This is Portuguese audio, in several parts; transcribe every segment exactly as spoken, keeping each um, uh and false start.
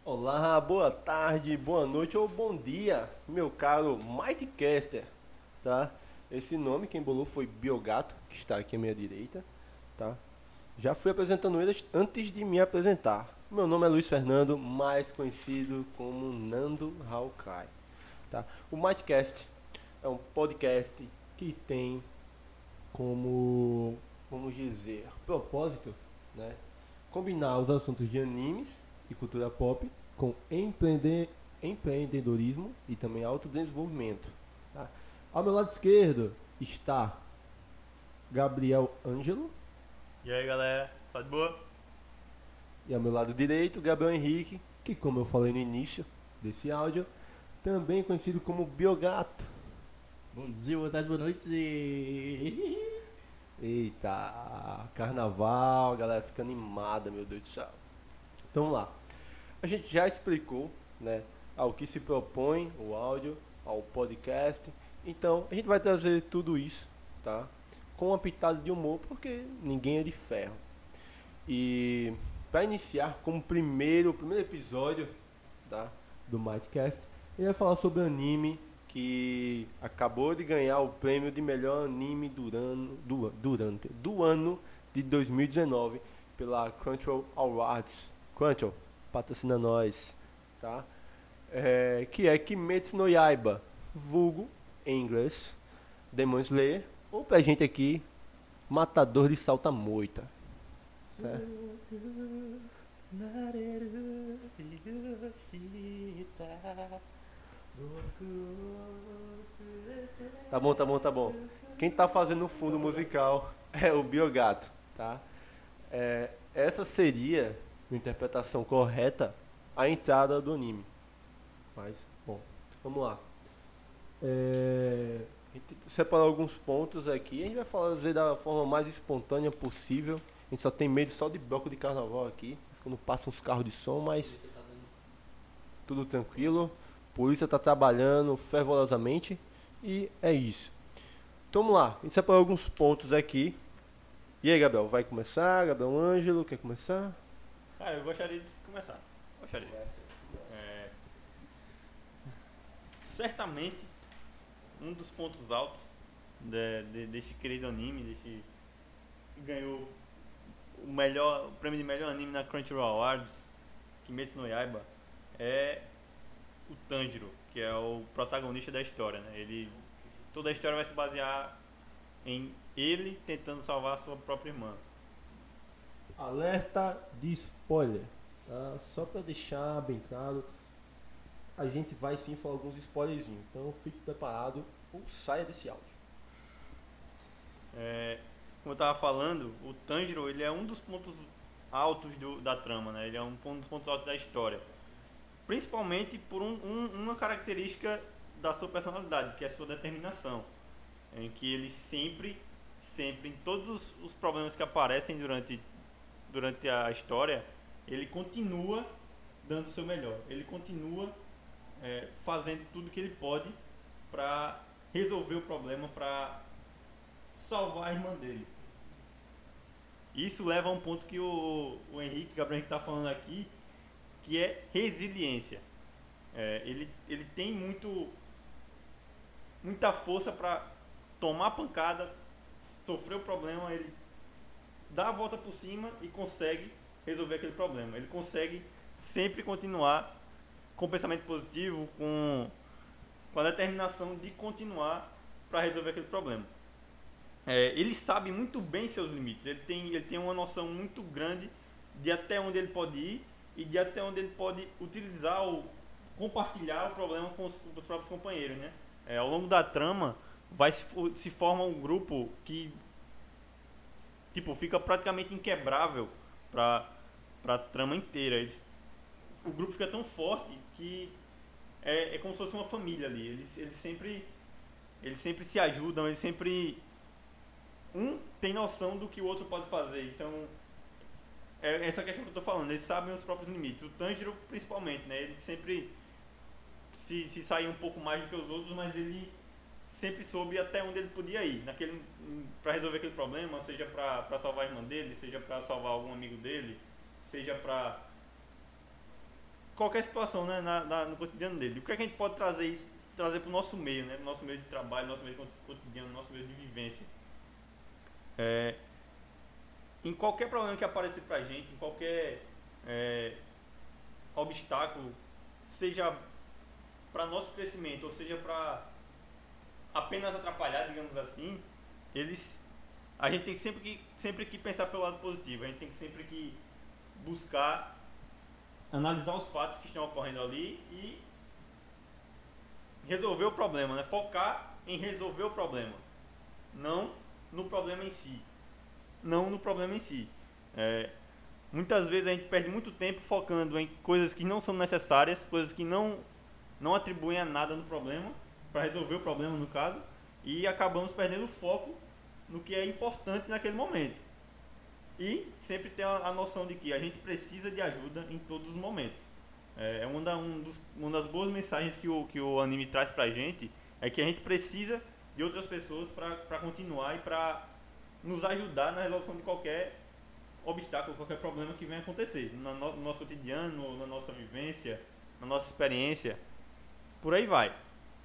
Olá, boa tarde, boa noite ou bom dia, meu caro Mightcaster, tá? Esse nome quem bolou foi Biogato, que está aqui à minha direita, tá? Já fui apresentando eles antes de me apresentar. Meu nome é Luiz Fernando, mais conhecido como Nando Hawkeye, tá? O Mightcast é um podcast que tem como, vamos dizer, propósito, né? Combinar os assuntos de animes e cultura pop com empreender, empreendedorismo e também autodesenvolvimento. Tá? Ao meu lado esquerdo está Gabriel Ângelo E aí galera, tá de boa? e ao meu lado direito Gabriel Henrique, que como eu falei no início desse áudio, também conhecido como Biogato. Bom dia, boa tarde, boa noite. Eita, carnaval, a galera fica animada, meu Deus do céu. Então vamos lá. A gente já explicou, né, ao que se propõe o áudio, ao podcast. Então, a gente vai trazer tudo isso, tá? Com uma pitada de humor, porque ninguém é de ferro. E para iniciar como primeiro, primeiro episódio, tá, do Mightcast, ele vai falar sobre anime que acabou de ganhar o prêmio de melhor anime durante, do, durante, do ano de dois mil e dezenove pela Crunchyroll Awards. Crunchyroll, patrocina nós, tá? É, que é Kimetsu no Yaiba, vulgo, em inglês, Demon Slayer, ou pra gente aqui, Matador de Salta-Moita. Certo? Tá bom, tá bom, tá bom. Quem tá fazendo o fundo musical é o Biogato, tá? É, essa seria, uma interpretação correta, a entrada do anime. Mas, bom, vamos lá. É, a gente separou alguns pontos aqui. A gente vai falar às vezes da forma mais espontânea possível. A gente só tem medo só de bloco de carnaval aqui. Quando passam os carros de som, mas tudo tranquilo. A polícia tá trabalhando fervorosamente. E é isso. Então vamos lá. A gente separou alguns pontos aqui. E aí, Gabriel, vai começar? Gabriel Ângelo, quer começar? Cara, eu gostaria de começar. Gostaria. É, certamente, um dos pontos altos de, de, deste querido anime, deste que ganhou o, melhor, o prêmio de melhor anime na Crunchyroll Awards, Kimetsu no Yaiba, é o Tanjiro, que é o protagonista da história, né? Ele, toda a história vai se basear em ele tentando salvar a sua própria irmã. Alerta de spoiler, tá? Só para deixar bem claro, a gente vai sim falar alguns spoilerzinhos, então fique preparado ou saia desse áudio. É, como eu estava falando, o Tanjiro ele é um dos pontos altos do, da trama, né? Ele é um, um dos pontos altos da história, principalmente por um, um, uma característica da sua personalidade, que é a sua determinação, em que ele sempre, sempre, em todos os, os problemas que aparecem durante, durante a história, ele continua dando o seu melhor, ele continua é, fazendo tudo que ele pode para resolver o problema, para salvar a irmã dele. Isso leva a um ponto que o, o Henrique Gabriel está falando aqui, que é resiliência. É, ele, ele tem muito, muita força para tomar pancada, sofrer o problema, ele dá a volta por cima e consegue resolver aquele problema. Ele consegue sempre continuar com pensamento positivo, com, com a determinação de continuar para resolver aquele problema. É, ele sabe muito bem seus limites, ele tem, ele tem uma noção muito grande de até onde ele pode ir e de até onde ele pode utilizar ou compartilhar o problema com os, com os próprios companheiros, né? É, ao longo da trama vai se, se forma um grupo que tipo, fica praticamente inquebrável para a trama inteira. Eles, o grupo fica tão forte que é, é como se fosse uma família ali. Eles, eles, sempre, eles sempre se ajudam, eles sempre... Um tem noção do que o outro pode fazer. Então, é essa questão que eu tô falando. Eles sabem os próprios limites. O Tanjiro, principalmente, né? Ele sempre se, se saiu um pouco mais do que os outros, mas ele sempre soube até onde ele podia ir naquele, para resolver aquele problema, seja para salvar a irmã dele, seja para salvar algum amigo dele, seja para qualquer situação, né, na, na, no cotidiano dele. O que, é que a gente pode trazer isso, trazer para o nosso meio, né, para o nosso meio de trabalho, nosso meio cotidiano, nosso meio de vivência. É, em qualquer problema que aparecer pra gente, em qualquer é, obstáculo, seja para nosso crescimento ou seja para apenas atrapalhar, digamos assim, eles, a gente tem sempre que, sempre que pensar pelo lado positivo, a gente tem que sempre que buscar analisar os fatos que estão ocorrendo ali e resolver o problema, né? Focar em resolver o problema, não no problema em si. Não no problema em si. É, muitas vezes a gente perde muito tempo focando em coisas que não são necessárias, coisas que não, não atribuem a nada no problema, para resolver o problema no caso, e acabamos perdendo o foco no que é importante naquele momento. E sempre ter a, a noção de que a gente precisa de ajuda em todos os momentos. É uma, da, um dos, uma das boas mensagens que o, que o anime traz pra gente, é que a gente precisa de outras pessoas para continuar e para nos ajudar na resolução de qualquer obstáculo, qualquer problema que venha acontecer no, no nosso cotidiano, na nossa vivência, na nossa experiência, por aí vai.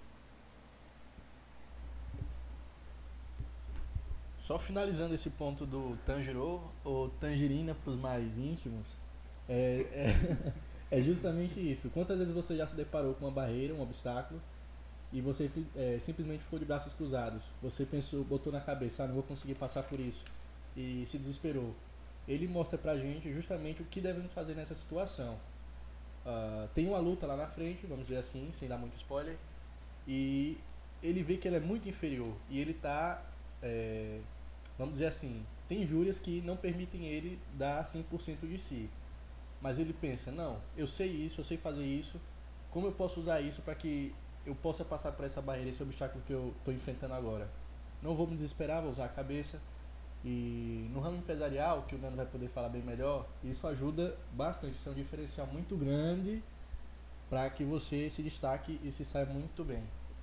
Só finalizando esse ponto do Tanjiro, ou Tangerina para os mais íntimos, é, é, é justamente isso. Quantas vezes você já se deparou com uma barreira, um obstáculo, e você é, simplesmente ficou de braços cruzados? Você pensou, botou na cabeça, ah, não vou conseguir passar por isso, e se desesperou. Ele mostra pra gente justamente o que devemos fazer nessa situação. Uh, tem uma luta lá na frente, vamos dizer assim, sem dar muito spoiler, e ele vê que ela é muito inferior, e ele tá, é, vamos dizer assim, tem injúrias que não permitem ele dar cem por cento de si. Mas ele pensa, não, eu sei isso, eu sei fazer isso, como eu posso usar isso para que eu possa passar por essa barreira, esse obstáculo que eu estou enfrentando agora? Não vou me desesperar, vou usar a cabeça. E no ramo empresarial, que o Nando vai poder falar bem melhor, isso ajuda bastante, isso é um diferencial muito grande para que você se destaque e se saia muito bem.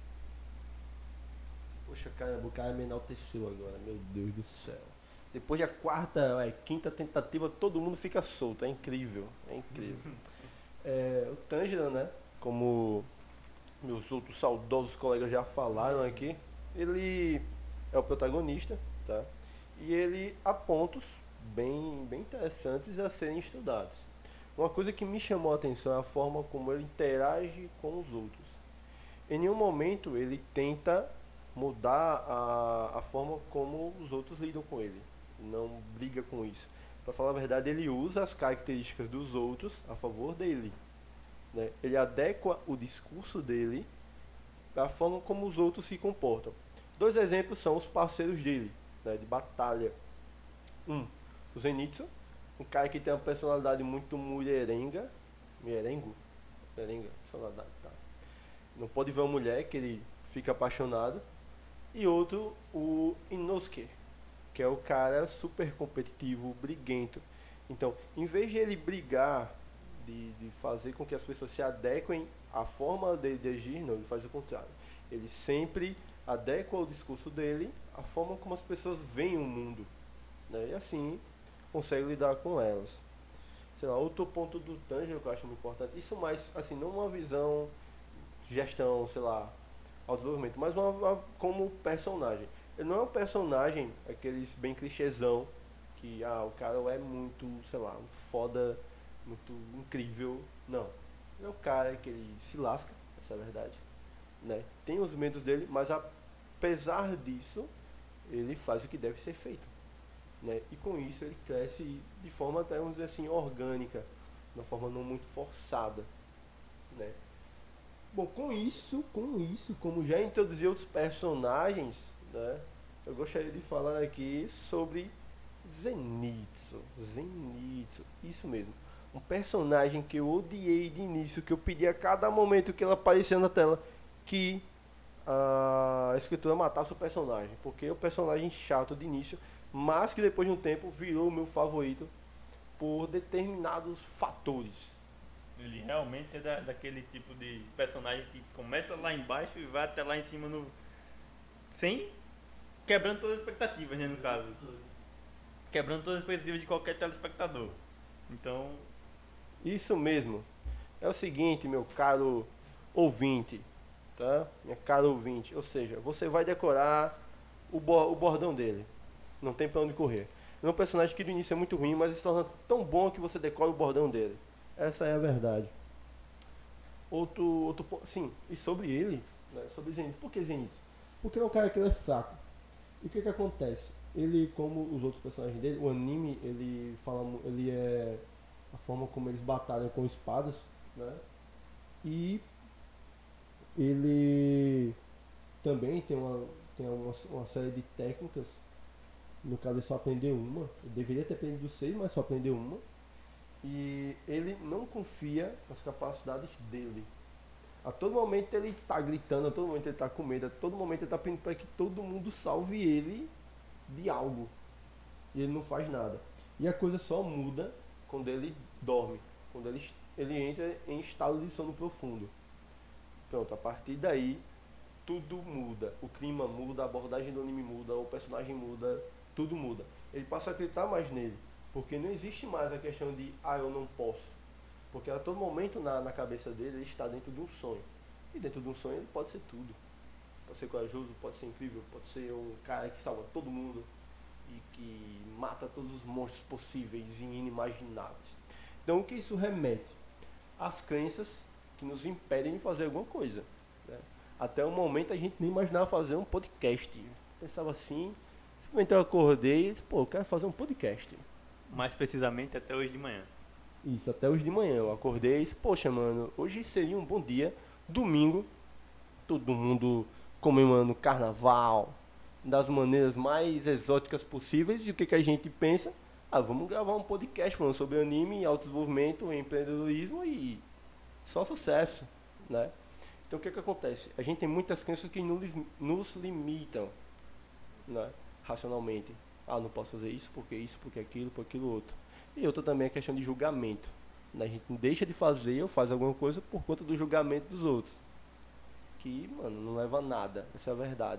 Poxa, caramba, o cara me enalteceu agora, meu Deus do céu. Depois da quarta, é, quinta tentativa, todo mundo fica solto, é incrível, é incrível. É, o Tanjiro, né, como meus outros saudosos colegas já falaram aqui, ele é o protagonista, tá? E ele há pontos bem, bem interessantes a serem estudados. Uma coisa que me chamou a atenção é a forma como ele interage com os outros. Em nenhum momento ele tenta mudar a, a forma como os outros lidam com ele. Não briga com isso. Para falar a verdade, ele usa as características dos outros a favor dele, né? Ele adequa o discurso dele à forma como os outros se comportam. Dois exemplos são os parceiros dele, né, de batalha. Um, o Zenitsu, um cara que tem uma personalidade muito mulherenga. Mulherengo? Mulherenga, personalidade, tá. Não pode ver uma mulher que ele fica apaixonado. E outro, o Inosuke, que é o cara super competitivo, briguento. Então, em vez de ele brigar, de, de fazer com que as pessoas se adequem à forma dele de agir, não, ele faz o contrário. Ele sempre adequa o discurso dele à forma como as pessoas veem o mundo, né? E assim consegue lidar com elas. Sei lá, outro ponto do Tanjiro que eu acho muito importante, isso mais, assim, não uma visão gestão, sei lá, autodesenvolvimento, mas uma, uma, como personagem. Ele não é um personagem, aqueles bem clichêzão, que ah, o cara é muito, sei lá, muito foda, muito incrível. Não. Ele é um cara que ele se lasca, essa é a verdade, né? Tem os medos dele, mas apesar disso, ele faz o que deve ser feito, né? E com isso ele cresce de forma até, vamos dizer assim, orgânica, de uma forma não muito forçada, né? Bom, com isso, com isso, como já introduzi outros personagens, né, eu gostaria de falar aqui sobre Zenitsu. Zenitsu, isso mesmo. Um personagem que eu odiei de início, que eu pedi a cada momento que ela aparecia na tela que a escritora matasse o personagem, porque é um personagem chato de início, mas que depois de um tempo virou o meu favorito por determinados fatores. Ele realmente é da, daquele tipo de personagem que começa lá embaixo e vai até lá em cima no... sem... quebrando todas as expectativas, né, no caso. Quebrando todas as expectativas de qualquer telespectador. Então... Isso mesmo. é o seguinte, meu caro ouvinte, tá? Minha cara ouvinte, ou seja, você vai decorar o, bo- o bordão dele. Não tem pra onde correr. É um personagem que no início é muito ruim, mas se torna tão bom que você decora o bordão dele. Essa é a verdade. Outro, outro ponto, sim, e sobre ele, né, sobre Zenitsu. Por que Zenitsu? Porque ele é um cara que ele é fraco. E o que que acontece? Ele, como os outros personagens dele, o anime, ele fala, mu- ele é a forma como eles batalham com espadas, né? E ele também tem uma, tem uma, uma série de técnicas. No caso, ele só aprendeu uma. Ele deveria ter aprendido seis, mas só aprendeu uma. E ele não confia nas capacidades dele. A todo momento ele tá gritando, a todo momento ele tá com medo, a todo momento ele tá pedindo para que todo mundo salve ele de algo. E ele não faz nada. E a coisa só muda quando ele dorme, quando ele, ele entra em estado de sono profundo. Pronto, a partir daí tudo muda. O clima muda, a abordagem do anime muda, o personagem muda, tudo muda. Ele passa a acreditar mais nele, porque não existe mais a questão de ah, eu não posso. Porque a todo momento na, na cabeça dele ele está dentro de um sonho. E dentro de um sonho ele pode ser tudo. Pode ser corajoso, pode ser incrível, pode ser um cara que salva todo mundo e que mata todos os monstros possíveis e inimagináveis. Então o que isso remete? Às crenças que nos impedem de fazer alguma coisa, né? Até o momento a gente nem imaginava fazer um podcast. Pensava assim, simplesmente eu acordei e disse, pô, eu quero fazer um podcast. Mais precisamente até hoje de manhã. Isso, até hoje de manhã. Eu acordei e disse, poxa, mano, hoje seria um bom dia. Domingo, todo mundo comemorando carnaval, das maneiras mais exóticas possíveis. E o que, que a gente pensa? Ah, vamos gravar um podcast falando sobre anime, autodesenvolvimento, empreendedorismo e só sucesso, né? Então o que, que acontece? A gente tem muitas crenças que nos, nos limitam, né? Racionalmente. Ah, não posso fazer isso, porque isso, porque aquilo, por aquilo outro. E outra também é a questão de julgamento, né? A gente deixa de fazer ou faz alguma coisa por conta do julgamento dos outros. Que, mano, não leva a nada. Essa é a verdade.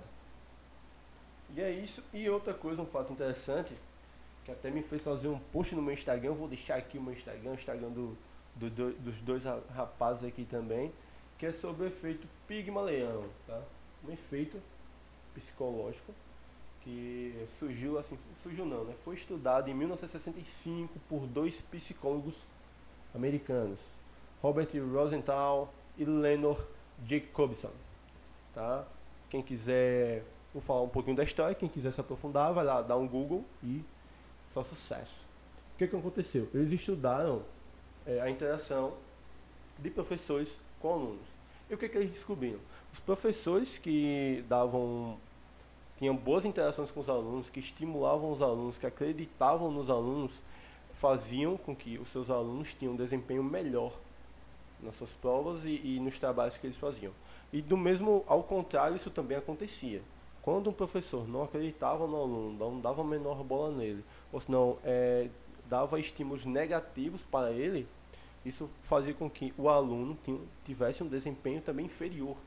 E é isso. E outra coisa, um fato interessante, que até me fez fazer um post no meu Instagram. Eu vou deixar aqui o meu Instagram, o Instagram do, do, do, dos dois rapazes aqui também, que é sobre o efeito Pigmaleão, tá? Um efeito psicológico que surgiu assim, surgiu não, né? Foi estudado em mil novecentos e sessenta e cinco por dois psicólogos americanos, Robert Rosenthal e Leonard Jacobson, tá? Quem quiser, vou falar um pouquinho da história, quem quiser se aprofundar, vai lá, dá um Google e só sucesso. O que que aconteceu? Eles estudaram é, a interação de professores com alunos. E o que que eles descobriram? Os professores que davam tinham boas interações com os alunos, que estimulavam os alunos, que acreditavam nos alunos, faziam com que os seus alunos tinham um desempenho melhor nas suas provas e, e nos trabalhos que eles faziam. E do mesmo, ao contrário, isso também acontecia. Quando um professor não acreditava no aluno, não dava a menor bola nele, ou senão é, dava estímulos negativos para ele, isso fazia com que o aluno tivesse um desempenho também inferior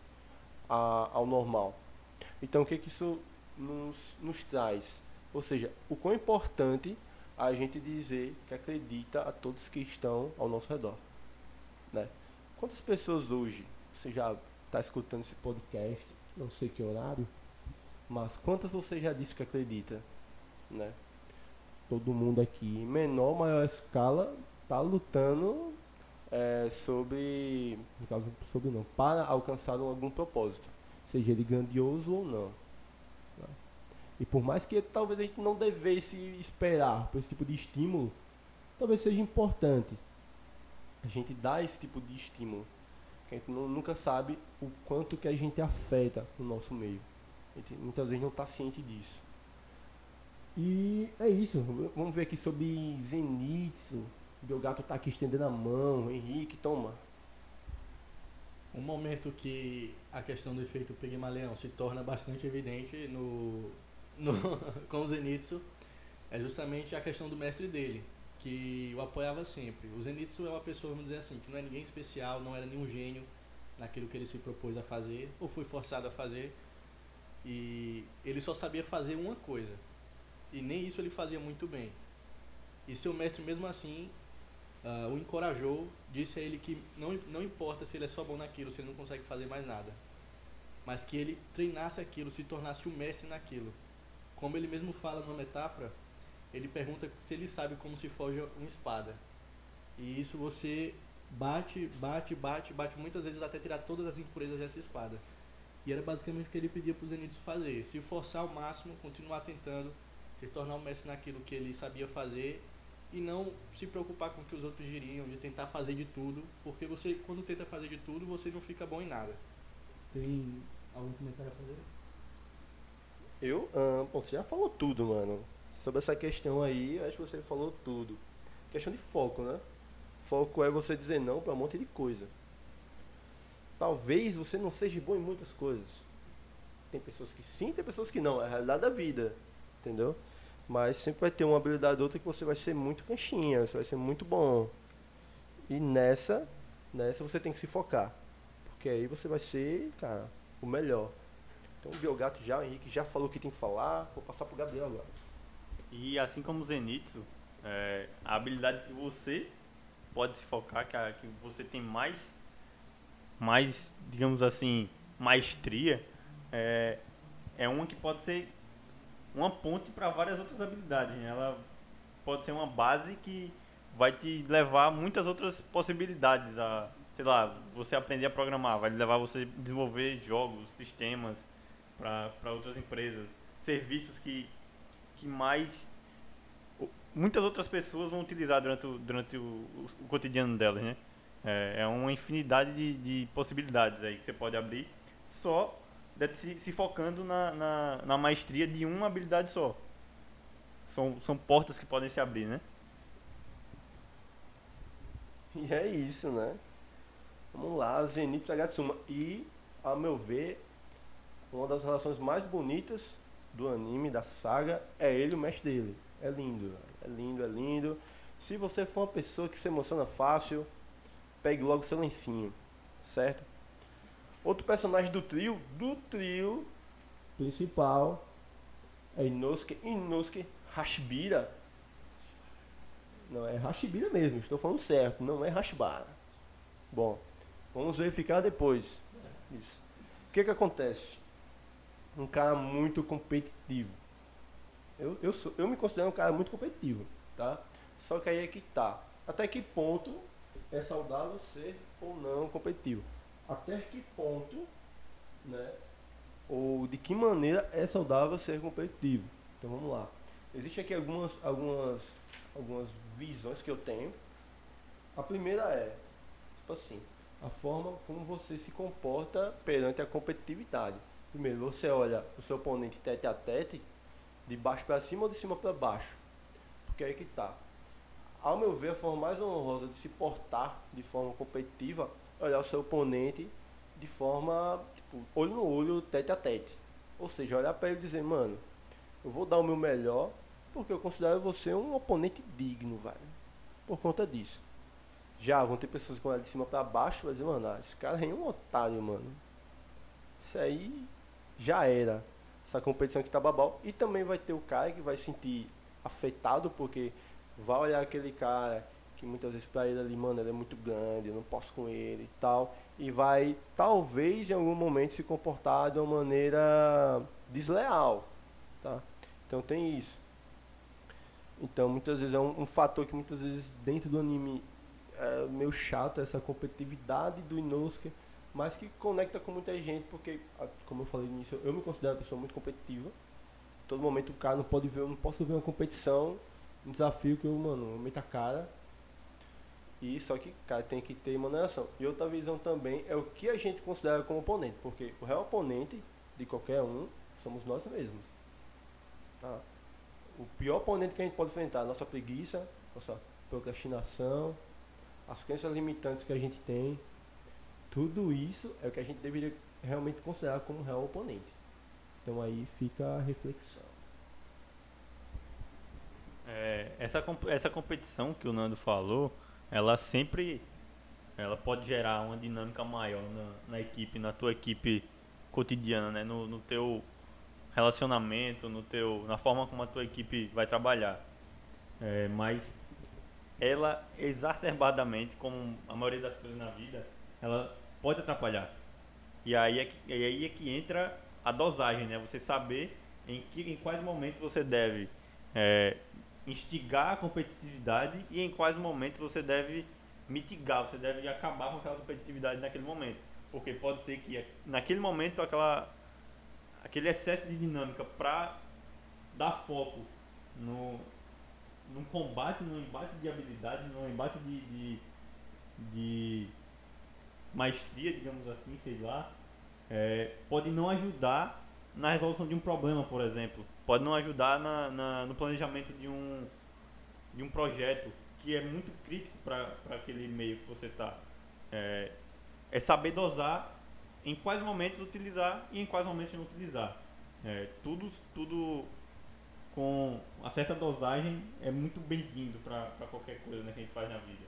a, ao normal. Então o que, que isso nos, nos traz? Ou seja, o quão importante a gente dizer que acredita a todos que estão ao nosso redor, né? Quantas pessoas hoje, você já está escutando esse podcast, não sei que horário, mas quantas você já disse que acredita, né? Todo mundo aqui, em menor ou maior escala, está lutando é, sobre, no caso, sobre não, para alcançar algum propósito, seja ele grandioso ou não, né? E por mais que talvez a gente não devesse esperar por esse tipo de estímulo, talvez seja importante a gente dar esse tipo de estímulo, que a gente não, nunca sabe o quanto que a gente afeta o nosso meio. A gente muitas vezes não está ciente disso. E é isso. Vamos ver aqui sobre Zenitsu. O Belgato está aqui estendendo a mão. Henrique, toma. Um momento que a questão do efeito Pigmaleão se torna bastante evidente no, no, com o Zenitsu é justamente a questão do mestre dele, que o apoiava sempre. O Zenitsu é uma pessoa, vamos dizer assim, que não é ninguém especial, não era nenhum gênio naquilo que ele se propôs a fazer, ou foi forçado a fazer, e ele só sabia fazer uma coisa, e nem isso ele fazia muito bem. E seu mestre, mesmo assim, uh, o encorajou, disse a ele que não, não importa se ele é só bom naquilo, se ele não consegue fazer mais nada, mas que ele treinasse aquilo, se tornasse um mestre naquilo. Como ele mesmo fala numa metáfora, ele pergunta se ele sabe como se forja uma espada. E isso você bate, bate, bate, bate muitas vezes até tirar todas as impurezas dessa espada. E era basicamente o que ele pedia para o Zenitsu fazer, se forçar ao máximo, continuar tentando, se tornar um mestre naquilo que ele sabia fazer e não se preocupar com o que os outros diriam, de tentar fazer de tudo, porque você, quando tenta fazer de tudo, você não fica bom em nada. Tem algum comentário a fazer? Eu, ah, bom, você já falou tudo, mano. Sobre essa questão aí, eu acho que você falou tudo. Questão de foco, né? Foco é você dizer não para um monte de coisa. Talvez você não seja bom em muitas coisas. Tem pessoas que sim, tem pessoas que não. É a realidade da vida, entendeu? Mas sempre vai ter uma habilidade ou outra que você vai ser muito canchinha, você vai ser muito bom. E nessa, nessa você tem que se focar. Porque aí você vai ser, cara, o melhor. Então o Biogato já, o Henrique já falou o que tem que falar. Vou passar pro Gabriel agora. E assim como o Zenitsu, é, a habilidade que você pode se focar, que, a, que você tem mais, mais, digamos assim, maestria, é, é uma que pode ser uma ponte para várias outras habilidades. Né? Ela pode ser uma base que vai te levar a muitas outras possibilidades. A, sei lá, você aprender a programar, vai levar você a desenvolver jogos, sistemas para outras empresas, serviços que, que mais muitas outras pessoas vão utilizar durante o, durante o, o, o cotidiano delas, né? É, é uma infinidade de, de possibilidades aí que você pode abrir só se, se focando na, na, na maestria de uma habilidade só. São, são portas que podem se abrir, né? E é isso, né? Vamos lá, Zenitsu Sagatsuma. E, a meu ver, uma das relações mais bonitas do anime, da saga, é ele e o mestre dele. É lindo, é lindo, é lindo. Se você for uma pessoa que se emociona fácil, pegue logo seu lencinho, certo? Outro personagem do trio, do trio principal, é Inosuke, Inosuke Hashibira. Não, é Hashibira mesmo, estou falando certo, não é Hashibara. Bom, vamos verificar depois. Isso. O que que acontece? Um cara muito competitivo. Eu, eu, sou, eu me considero um cara muito competitivo, tá? Só que aí é que tá. Até que ponto é saudável ser ou não competitivo? Até que ponto, né? Ou de que maneira é saudável ser competitivo? Então vamos lá. Existem aqui algumas, algumas, algumas visões que eu tenho. A primeira é, tipo assim, a forma como você se comporta perante a competitividade. Primeiro, você olha o seu oponente tete a tete, de baixo para cima ou de cima para baixo? Porque aí que tá. Ao meu ver, a forma mais honrosa de se portar de forma competitiva é olhar o seu oponente de forma, tipo, olho no olho, tete a tete. Ou seja, olhar para ele e dizer, mano, eu vou dar o meu melhor porque eu considero você um oponente digno, velho. Por conta disso. Já vão ter pessoas que olham de cima para baixo e vão dizer, mano, ah, esse cara é um otário, mano. Isso aí já era. Essa competição que tá babau. E também vai ter o cara que vai se sentir afetado porque vai olhar aquele cara que muitas vezes pra ele ali, mano, ele é muito grande, eu não posso com ele e tal. E vai, talvez, em algum momento se comportar de uma maneira desleal, tá? Então tem isso. Então muitas vezes é um, um fator que muitas vezes dentro do anime é meio chato, essa competitividade do Inosuke, mas que conecta com muita gente, porque, como eu falei no início, eu me considero uma pessoa muito competitiva. Todo momento o cara não pode ver, eu não posso ver uma competição, um desafio que eu, mano, eu meto a cara. E só que, cara, tem que ter maneiração. E outra visão também é o que a gente considera como oponente, porque o real oponente de qualquer um somos nós mesmos. Tá? O pior oponente que a gente pode enfrentar é a nossa preguiça, nossa procrastinação, as crenças limitantes que a gente tem. Tudo isso é o que a gente deveria realmente considerar como um real oponente. Então aí fica a reflexão. É, essa, essa competição que o Nando falou, ela sempre ela pode gerar uma dinâmica maior na, na equipe, na tua equipe cotidiana, né? no, no teu relacionamento, no teu, na forma como a tua equipe vai trabalhar. É, mas ela exacerbadamente, como a maioria das coisas na vida, ela pode atrapalhar. E aí é que, e aí é que entra a dosagem, né? Você saber em, que, em quais momentos você deve é, instigar a competitividade e em quais momentos você deve mitigar, você deve acabar com aquela competitividade naquele momento. Porque pode ser que naquele momento aquela, aquele excesso de dinâmica para dar foco no, num combate, num embate de habilidade, num embate de, de, de maestria, digamos assim, sei lá, é, pode não ajudar na resolução de um problema, por exemplo. Pode não ajudar na, na, no planejamento de um, de um projeto que é muito crítico para aquele meio que você está. É, é saber dosar em quais momentos utilizar e em quais momentos não utilizar. É, tudo, tudo com uma certa dosagem é muito bem-vindo para qualquer coisa, né, que a gente faz na vida.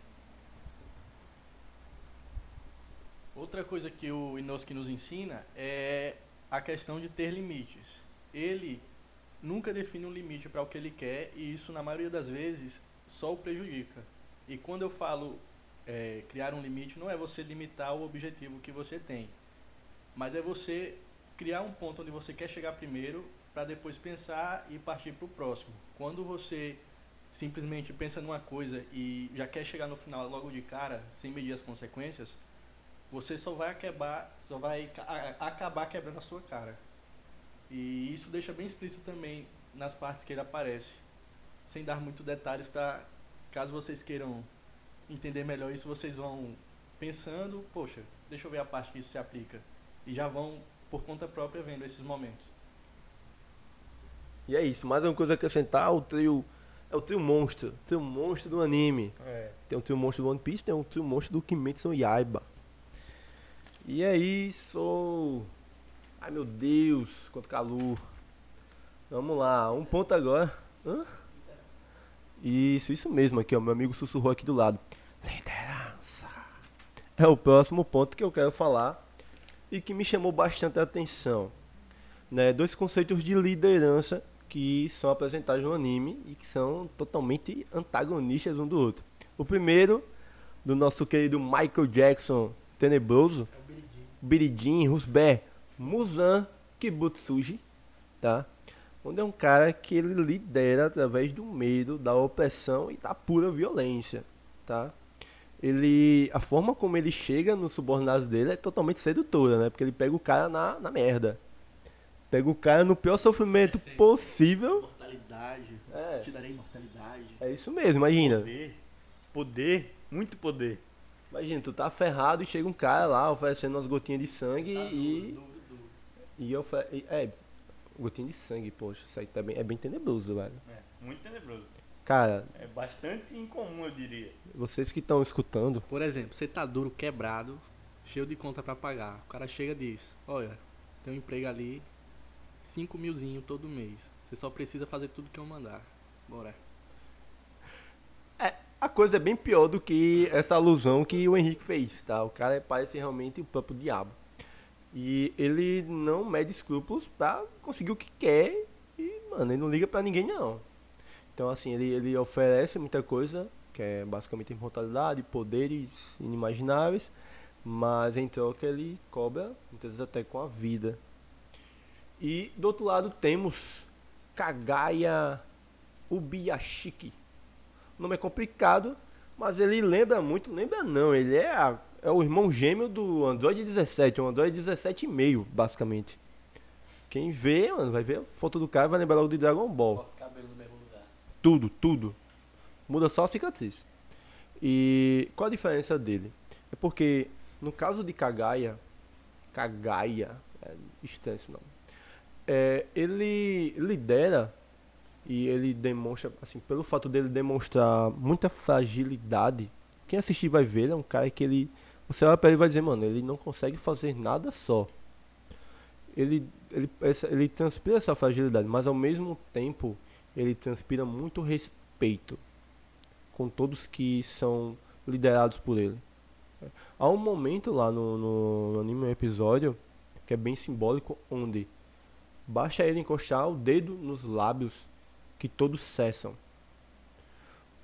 Outra coisa que o Inosuke nos ensina é a questão de ter limites. Ele nunca define um limite para o que ele quer e isso, na maioria das vezes, só o prejudica. E quando eu falo é, criar um limite, não é você limitar o objetivo que você tem, mas é você criar um ponto onde você quer chegar primeiro para depois pensar e partir para o próximo. Quando você simplesmente pensa numa coisa e já quer chegar no final logo de cara, sem medir as consequências, você só vai acabar, só vai acabar quebrando a sua cara. E isso deixa bem explícito também nas partes que ele aparece, sem dar muito detalhes, para caso vocês queiram entender melhor isso, vocês vão pensando, poxa, deixa eu ver a parte que isso se aplica, e já vão por conta própria vendo esses momentos. E é isso, mais uma coisa a acrescentar, o trio é o trio monstro, o trio monstro do anime. É. Tem o trio monstro do One Piece, tem o trio monstro do Kimetsu no Yaiba. E é isso. Ai meu Deus, quanto calor. Vamos lá, um ponto agora. Hã? Isso, isso mesmo aqui, ó. Meu amigo sussurrou aqui do lado. Liderança. É o próximo ponto que eu quero falar e que me chamou bastante a atenção. Né? Dois conceitos de liderança que são apresentados no anime e que são totalmente antagonistas um do outro. O primeiro, do nosso querido Michael Jackson tenebroso, Biridin, Rusber, Muzan Kibutsuji, tá? Onde é um cara que ele lidera através do medo, da opressão e da pura violência, tá? Ele, a forma como ele chega nos subordinados dele é totalmente sedutora, né? Porque ele pega o cara na, na merda. Pega o cara no pior sofrimento é possível. Imortalidade, É. te darei imortalidade. É isso mesmo, imagina. Poder, poder, muito poder. Imagina, tu tá ferrado e chega um cara lá oferecendo umas gotinhas de sangue Tá e... duro, duro, duro. E ofer... e- É, gotinha de sangue, poxa, isso aí também é bem tenebroso, velho. É, muito tenebroso. Cara, É bastante incomum, eu diria. vocês que estão escutando, Por exemplo, você tá duro, quebrado, cheio de conta pra pagar. O cara chega e diz, olha, tem um emprego ali, cinco milzinho todo mês. Você só precisa fazer tudo que eu mandar. Bora. a coisa é bem pior do que essa alusão que o Henrique fez, tá? O cara parece realmente o próprio diabo. E ele não mede escrúpulos pra conseguir o que quer e, mano, ele não liga pra ninguém, não. Então, assim, ele, ele oferece muita coisa, que é basicamente imortalidade, poderes inimagináveis, mas em troca ele cobra, muitas vezes até com a vida. E, do outro lado, temos Kagaya Ubiyashiki. O nome é complicado, mas ele lembra muito, lembra não, ele é, a, é o irmão gêmeo do Android dezessete, um Android dezessete e meio, basicamente. Quem vê, mano, vai ver a foto do cara e vai lembrar logo de Dragon Ball. Bota o cabelo no mesmo lugar. Tudo, tudo. Muda só a cicatriz. E qual a diferença dele? É porque, no caso de Kagaya, Kagaya, é estranho esse nome, é, ele lidera e ele demonstra, assim, pelo fato dele demonstrar muita fragilidade, quem assistir vai ver, ele é um cara que ele, você olha pra ele e vai dizer, mano, ele não consegue fazer nada só. Ele, ele, essa, ele transpira essa fragilidade, mas ao mesmo tempo ele transpira muito respeito com todos que são liderados por ele. Há um momento lá no, no, no anime, um episódio que é bem simbólico, onde basta ele encostar o dedo nos lábios que todos cessam.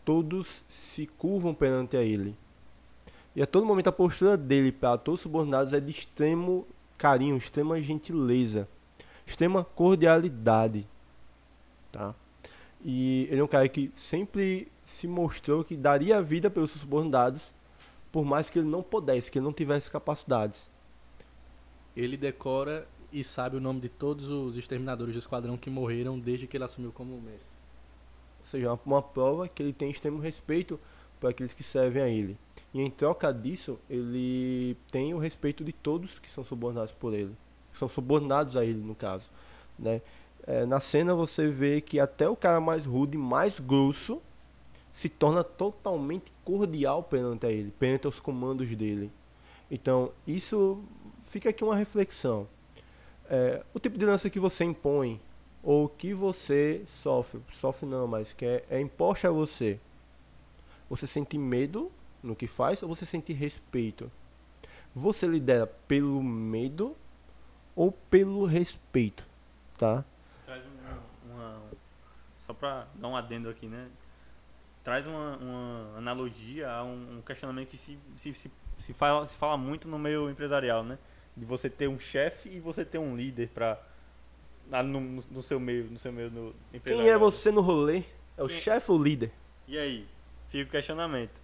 todos se curvam perante a ele. E a todo momento a postura dele para todos os subordinados é de extremo carinho, extrema gentileza, extrema cordialidade, tá? E ele é um cara que sempre se mostrou que daria a vida pelos seus subordinados, por mais que ele não pudesse, que ele não tivesse capacidades. Ele decora e sabe o nome de todos os exterminadores do esquadrão que morreram desde que ele assumiu como mestre. Ou seja, uma, uma prova que ele tem extremo respeito para aqueles que servem a ele. E em troca disso, ele tem o respeito de todos que são subordinados por ele. Que são subordinados a ele, no caso, né? É, na cena você vê que até o cara mais rude, mais grosso, se torna totalmente cordial perante a ele, perante os comandos dele. Então, isso fica aqui uma reflexão. É, o tipo de lança que você impõe, ou que você sofre, sofre não, mas que é, é imposto a você. Você sente medo no que faz ou você sente respeito? Você lidera pelo medo ou pelo respeito, tá? Traz uma, uma só pra dar um adendo aqui, né? Traz uma, uma analogia a um, um questionamento que se, se, se, se, fala, se fala muito no meio empresarial, né? De você ter um chefe e você ter um líder pra, no, no, no seu meio, no seu meio no empresarial. Quem é você no rolê? É o Quem... chefe ou o líder? E aí? Fica o questionamento.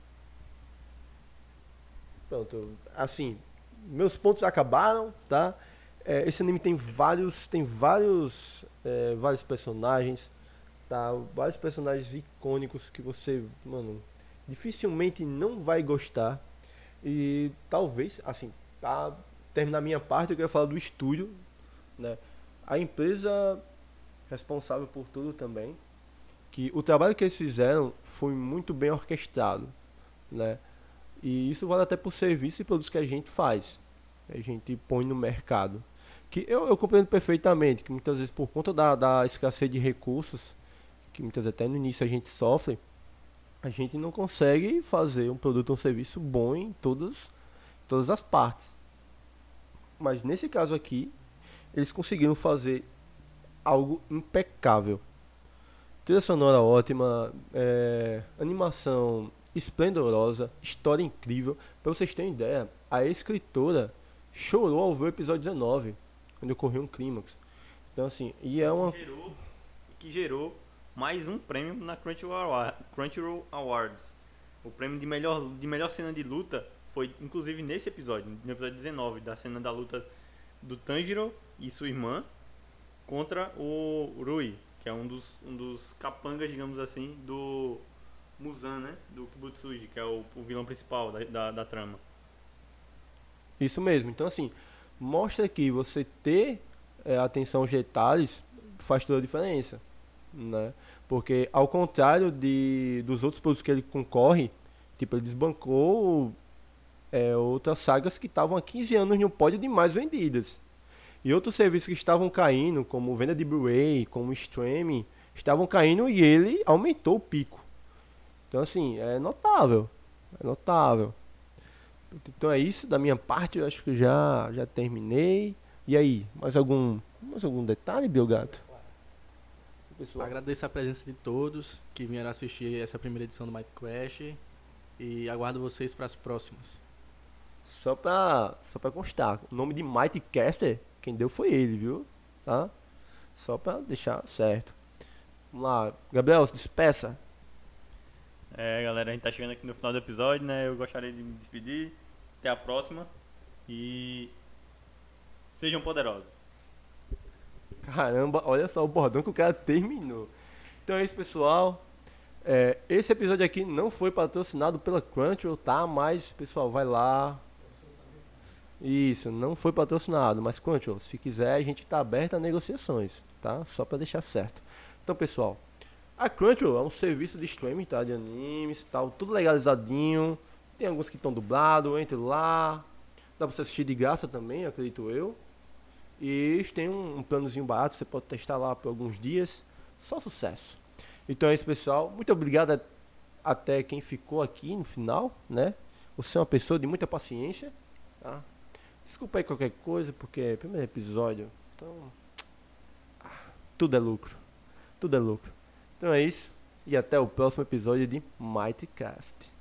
Pronto, assim, meus pontos acabaram, tá? É, esse anime tem vários, tem vários, é, vários personagens, tá? Vários personagens icônicos que você, mano, dificilmente não vai gostar. E talvez, assim, pra terminar minha parte, eu quero falar do estúdio, né? A empresa responsável por tudo também, que o trabalho que eles fizeram foi muito bem orquestrado, né? E isso vale até por serviço e produtos que a gente faz, a gente põe no mercado. Que eu, eu compreendo perfeitamente que muitas vezes por conta da, da escassez de recursos, que muitas vezes até no início a gente sofre, a gente não consegue fazer um produto ou um serviço bom em todas, todas as partes. Mas nesse caso aqui, eles conseguiram fazer algo impecável. Trilha sonora ótima, é, animação esplendorosa, história incrível. Pra vocês terem ideia, a escritora chorou ao ver o episódio dezenove, quando ocorreu um clímax. Então assim, e é uma... Que gerou, que gerou mais um prêmio na Crunchyroll, Crunchyroll Awards. O prêmio de melhor, de melhor cena de luta foi inclusive nesse episódio, no episódio dezenove, da cena da luta do Tanjiro e sua irmã contra o Rui, que é um dos, um dos capangas, digamos assim, do Muzan, né? Do Kibutsuji, que é o, o vilão principal da, da, da trama. Isso mesmo. Então, assim, mostra que você ter é, atenção aos detalhes faz toda a diferença, né? Porque, ao contrário de, dos outros produtos que ele concorre, tipo, ele desbancou é, outras sagas que estavam há quinze anos no pódio de mais vendidas. E outros serviços que estavam caindo, como venda de Blu-ray, como streaming, estavam caindo e ele aumentou o pico. Então, assim, é notável. É notável. Então é isso da minha parte, eu acho que já, já terminei. E aí, mais algum, mais algum detalhe, Biogato? Pessoal, agradeço a presença de todos que vieram assistir essa primeira edição do Might Quest e aguardo vocês para as próximas. Só pra, só pra constar, o nome de Mighty Caster, quem deu foi ele, viu? Tá? Só pra deixar certo. Vamos lá, Gabriel, se despeça. É, galera, a gente tá chegando aqui no final do episódio, né? Eu gostaria de me despedir. Até a próxima. E sejam poderosos. Caramba, olha só o bordão que o cara terminou. Então é isso, pessoal. É, esse episódio aqui não foi patrocinado pela Crunchyroll, tá? Mas, pessoal, vai lá. Isso, não foi patrocinado. Mas, Crunchyroll, se quiser, a gente tá aberto a negociações, tá? Só pra deixar certo. Então, pessoal, a Crunchyroll é um serviço de streaming, tá? De animes, tal, tudo legalizadinho. Tem alguns que estão dublados, entre lá. Dá pra você assistir de graça também, acredito eu. E tem um, um planozinho barato, você pode testar lá por alguns dias. Só sucesso. Então é isso, pessoal. Muito obrigado a, até quem ficou aqui no final, né? Você é uma pessoa de muita paciência, tá? Desculpa aí qualquer coisa, porque é o primeiro episódio. Então, ah, tudo é lucro. Tudo é lucro. Então é isso. e até o próximo episódio de Mightycast.